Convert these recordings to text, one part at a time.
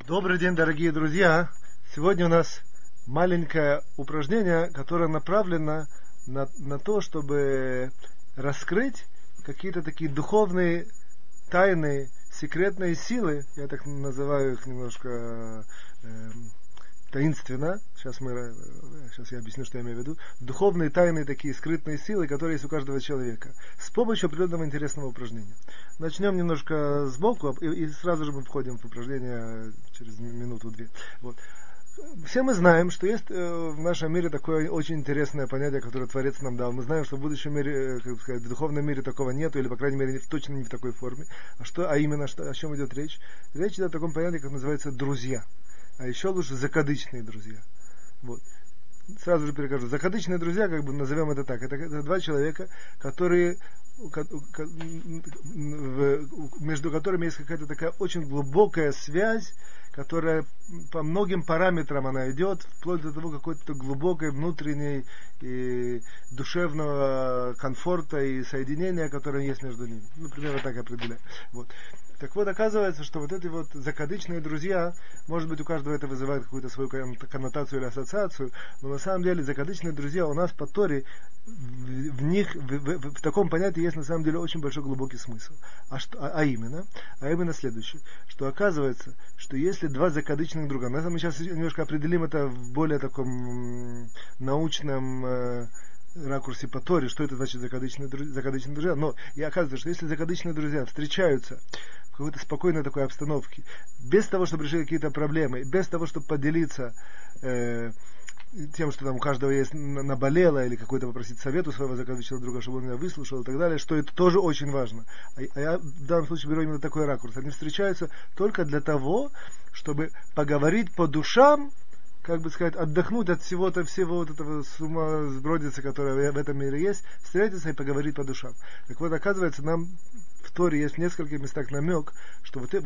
Добрый день, дорогие друзья! Сегодня у нас маленькое упражнение, которое направлено на то, чтобы раскрыть какие-то такие духовные, тайные, секретные силы. Я так называю их немножко таинственно. Сейчас я объясню, что я имею в виду. Духовные, тайные, такие скрытные силы, которые есть у каждого человека. С помощью определенного интересного упражнения. Начнем немножко сбоку, и сразу же мы входим в упражнение через минуту-две. Вот. Все мы знаем, что есть в нашем мире такое очень интересное понятие, которое Творец нам дал. Мы знаем, что в будущем мире, как сказать, в духовном мире такого нету, или, по крайней мере, точно не в такой форме. А именно, о чем идет речь? Речь идет о таком понятии, как называется друзья. А еще лучше закадычные друзья. Вот. Сразу же перекажу. Закадычные друзья, как бы назовем это так, это два человека, которые, между которыми есть какая-то такая очень глубокая связь, которая по многим параметрам она идет, вплоть до того какой-то глубокой внутренней и душевного комфорта и соединения, которое есть между ними. Ну, примерно так определяю. Вот. Так вот, оказывается, что вот эти вот закадычные друзья, может быть, у каждого это вызывает какую-то свою коннотацию или ассоциацию, но на самом деле закадычные друзья у нас по Торе, в таком понятии есть на самом деле очень большой глубокий смысл. А именно следующее, что оказывается, что если два закадычных друга, мы сейчас немножко определим это в более таком научном ракурсе по Торе, что это значит закадычные друзья, но и оказывается, что если закадычные друзья встречаются в какой-то спокойной такой обстановке, без того, чтобы решить какие-то проблемы, без того, чтобы поделиться тем, что там у каждого есть наболело, или какой-то попросить совет у своего закадычного друга, чтобы он меня выслушал и так далее, что это тоже очень важно. А я в данном случае беру именно такой ракурс. Они встречаются только для того, чтобы поговорить по душам, как бы сказать, отдохнуть от всего вот этого сумасбродицы, которая в этом мире есть, встретиться и поговорить по душам. Так вот, оказывается, нам в Торе есть в нескольких местах намек, что вот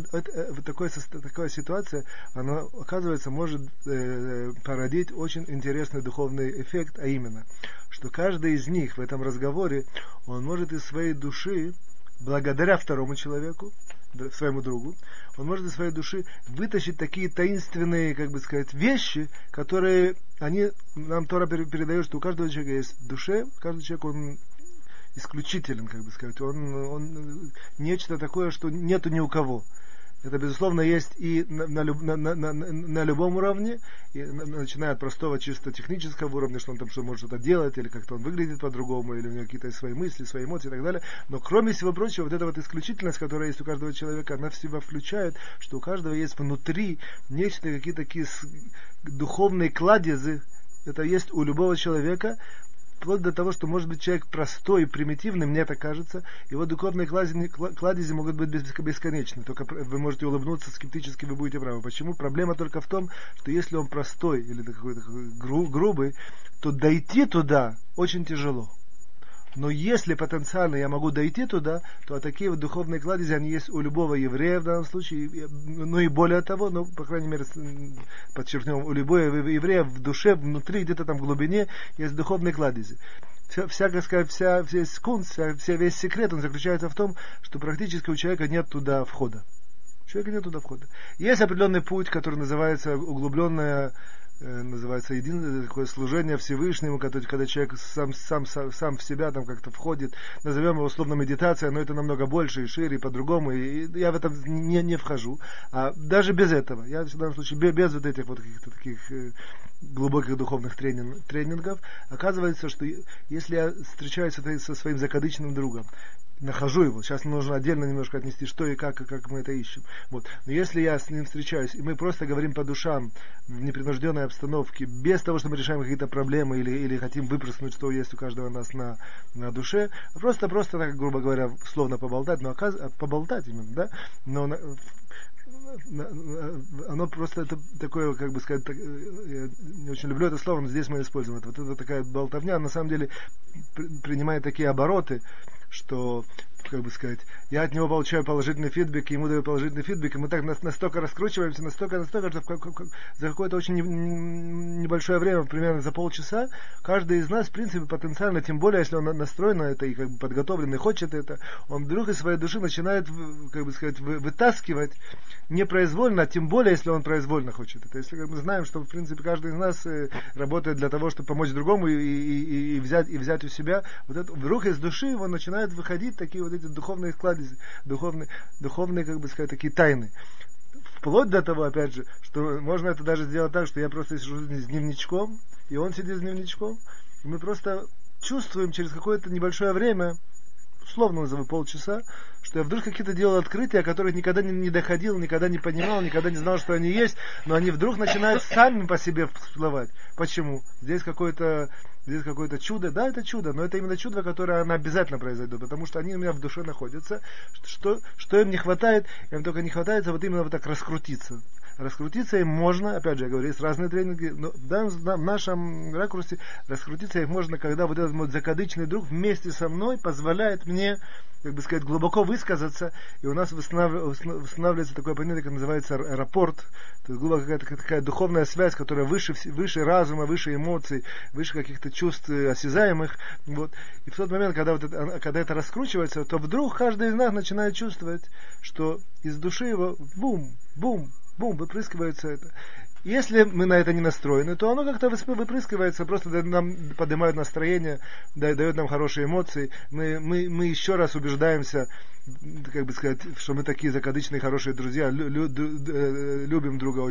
такая ситуация, она, оказывается, может породить очень интересный духовный эффект, а именно, что каждый из них в этом разговоре, он может из своей души, благодаря второму человеку, своему другу, он может из своей души вытащить такие таинственные, как бы сказать, вещи, которые нам Тора передает, что у каждого человека есть в душе, каждый человек, он исключителен, как бы сказать, он нечто такое, что нету ни у кого. Это, безусловно, есть и на любом уровне, начиная от простого чисто технического уровня, что он там может что-то делать, или как-то он выглядит по-другому, или у него какие-то свои мысли, свои эмоции и так далее. Но кроме всего прочего, вот эта вот исключительность, которая есть у каждого человека, она в себя включает, что у каждого есть внутри нечто, какие-то такие духовные кладезы, это есть у любого человека, вплоть до того, что может быть человек простой и примитивный, мне так кажется, его духовные кладези могут быть бесконечны. Только вы можете улыбнуться скептически, вы будете правы. Почему? Проблема только в том, что если он простой или какой-то грубый, то дойти туда очень тяжело. Но если потенциально я могу дойти туда, то такие вот духовные кладези, они есть у любого еврея в данном случае, ну и более того, ну, по крайней мере, подчеркнем, у любого еврея в душе, внутри, где-то там в глубине, есть духовные кладези. Весь кунст, весь секрет, он заключается в том, что практически у человека нет туда входа. У человека нет туда входа. Есть определенный путь, который называется углубленное, называется такое служение Всевышнему, когда человек сам в себя там как-то входит, назовем его условно медитация, но это намного больше и шире, и по-другому, и я в этом не вхожу. А даже без этого, я в данном случае без вот этих вот каких-то таких глубоких духовных тренингов, оказывается, что если я встречаюсь со своим закадычным другом, нахожу его, сейчас нужно отдельно немножко отнести, что и как мы это ищем. Вот. Но если я с ним встречаюсь, и мы просто говорим по душам в непринужденной обстановке, без того, что мы решаем какие-то проблемы или хотим выплеснуть, что есть у каждого нас на душе, просто так, грубо говоря, словно поболтать, но поболтать именно, да, но оно просто это такое, как бы сказать, я не очень люблю это слово, но здесь мы используем это. Вот это такая болтовня, на самом деле принимает такие обороты, что как бы сказать, я от него получаю положительный фидбэк, ему даю положительный фидбэк, и мы так настолько раскручиваемся, настолько, что за какое-то очень небольшое время, примерно за полчаса, каждый из нас, в принципе, потенциально, тем более, если он настроен на это и как бы подготовлен и хочет это, он вдруг из своей души начинает, как бы сказать, вытаскивать непроизвольно, а тем более, если он произвольно хочет это. Если как мы знаем, что, в принципе, каждый из нас работает для того, чтобы помочь другому и взять у себя, вот это, вдруг из души его начинают выходить такие вот эти духовные кладезы, духовные, как бы сказать, такие тайны. Вплоть до того, опять же, что можно это даже сделать так, что я просто сижу с дневничком, и он сидит с дневничком, и мы просто чувствуем через какое-то небольшое время, условно назову полчаса, что я вдруг какие-то делал открытия, о которых никогда не доходил, никогда не понимал, никогда не знал, что они есть, но они вдруг начинают сами по себе всплывать. Почему? Здесь какое-то чудо. Да, это чудо, но это именно чудо, которое оно обязательно произойдет, потому что они у меня в душе находятся. Что им не хватает? Им только не хватает вот именно вот так раскрутиться. Раскрутиться им можно, опять же, я говорю, есть разные тренинги, но в нашем ракурсе раскрутиться их можно, когда вот этот вот закадычный друг вместе со мной позволяет мне, как бы сказать, глубоко высказаться, и у нас восстанавливается такое понятие, как называется рапорт, то есть глубоко какая-то такая духовная связь, которая выше разума, выше эмоций, выше каких-то чувств осязаемых. Вот. И в тот момент, когда это раскручивается, то вдруг каждый из нас начинает чувствовать, что из души его бум, выпрыскивается это. Если мы на это не настроены, то оно как-то выпрыскивается, просто нам поднимает настроение, дает нам хорошие эмоции. Мы еще раз убеждаемся, как бы сказать, что мы такие закадычные хорошие друзья, любим друг друга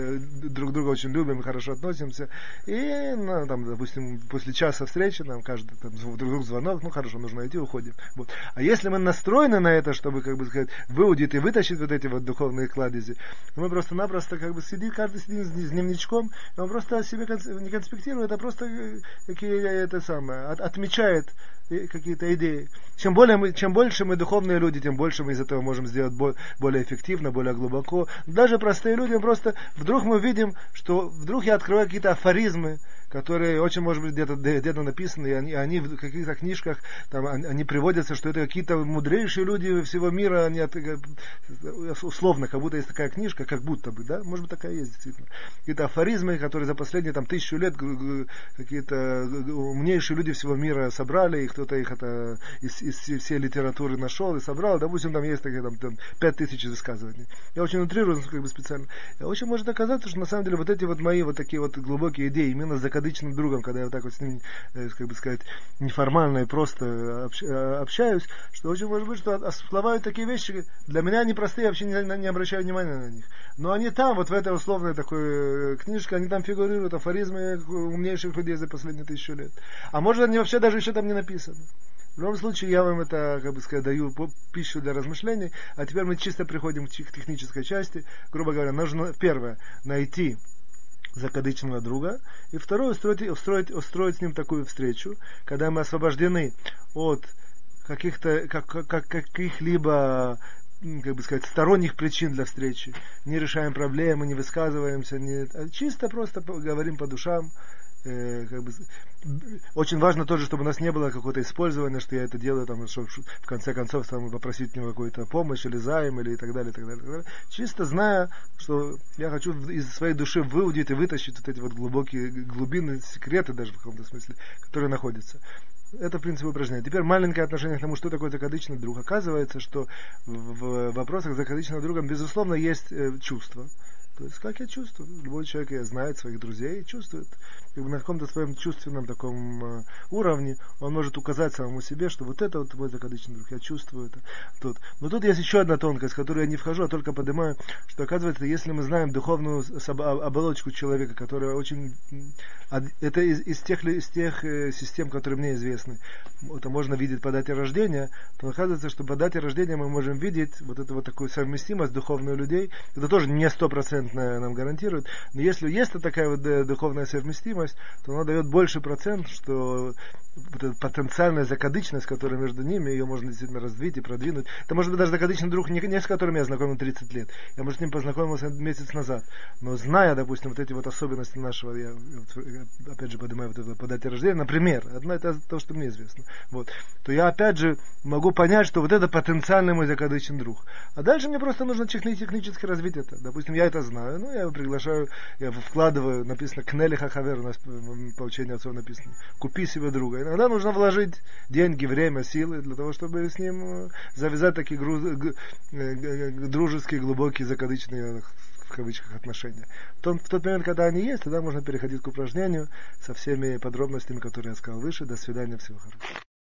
очень любим и хорошо относимся. И, там, допустим, после часа встречи, нам каждый друг звонок, хорошо, нужно идти, уходим. Вот. А если мы настроены на это, чтобы, как бы сказать, выудить и вытащить вот эти вот духовные кладези, мы просто-напросто как бы каждый сидит с дневничком, и он просто о себе не конспектирует, а просто отмечает какие-то идеи. Чем больше мы духовные люди, тем больше мы из этого можем сделать более эффективно, более глубоко. Даже простые люди, просто вдруг мы видим, что вдруг я открываю какие-то афоризмы, которые очень, может быть, где-то написаны, и они в каких-то книжках, там, они приводятся, что это какие-то мудрейшие люди всего мира, они условно, как будто есть такая книжка, как будто бы, да, может быть, такая есть, действительно. Какие-то афоризмы, которые за последние 1000 лет какие-то умнейшие люди всего мира собрали, и кто-то их из всей литературы нашел и собрал, допустим, там есть такие 5000 высказываний. Я очень утрирую, как бы специально. И очень может оказаться, что на самом деле вот эти вот мои вот такие вот глубокие идеи, именно закадычным другом, когда я вот так вот с ним, как бы сказать, неформально и просто общаюсь, что очень может быть, что всплывают такие вещи, для меня они простые, я вообще не обращаю внимания на них. Но они там, вот в этой условной такой книжке, они там фигурируют, афоризмы умнейших людей за последние 1000 лет. А может, они вообще даже еще там не написаны. В любом случае, я вам это, как бы сказать, даю пищу для размышлений, а теперь мы чисто приходим к технической части. Грубо говоря, нужно, первое, найти закадычного друга, и второе, устроить с ним такую встречу, когда мы освобождены от каких-либо, как бы сказать, сторонних причин для встречи, не решаем проблемы, не высказываемся, чисто просто говорим по душам. Как бы, очень важно тоже, чтобы у нас не было какого-то использования, что я это делаю, там, чтобы в конце концов там, попросить у него какую-то помощь или займ, или и так далее, и так далее, и так далее. Чисто зная, что я хочу из своей души выудить и вытащить вот эти вот глубокие глубины, секреты даже в каком-то смысле, которые находятся. Это, в принципе, упражнение. Теперь маленькое отношение к тому, что такое закадычный друг. Оказывается, что в вопросах закадычного друга, безусловно, есть чувства. То есть, как я чувствую? Любой человек знает своих друзей и чувствует. Как бы на каком-то своем чувственном таком уровне он может указать самому себе, что вот это вот мой закадычный друг, я чувствую это. Тут. Но тут есть еще одна тонкость, в которую я не вхожу, а только поднимаю, что оказывается, если мы знаем духовную оболочку человека, которая очень... Это из тех систем, которые мне известны. Это можно видеть по дате рождения, то оказывается, что по дате рождения мы можем видеть вот эту вот такую совместимость духовных людей. Это тоже не 100%. 100% нам гарантирует. Но если есть такая вот духовная совместимость, то она дает больше процент, что вот эта потенциальная закадычность, которая между ними, ее можно действительно развить и продвинуть. Это может быть даже закадычный друг, не с которым я знакомил 30 лет. Я, может, с ним познакомился месяц назад. Но зная, допустим, вот эти вот особенности нашего, я опять же поднимаю вот это по дате рождения, например, одно это то, что мне известно, вот, то я опять же могу понять, что вот это потенциальный мой закадычный друг. А дальше мне просто нужно технически развить это. Допустим, я это знаю, ну, я его приглашаю, я вкладываю, написано «Кнели хахавер», у нас по учению отцов написано «Купи себе друга». Иногда нужно вложить деньги, время, силы для того, чтобы с ним завязать такие дружеские, глубокие, закадычные, в кавычках, отношения. В тот момент, когда они есть, тогда можно переходить к упражнению со всеми подробностями, которые я сказал выше. До свидания, всего хорошего.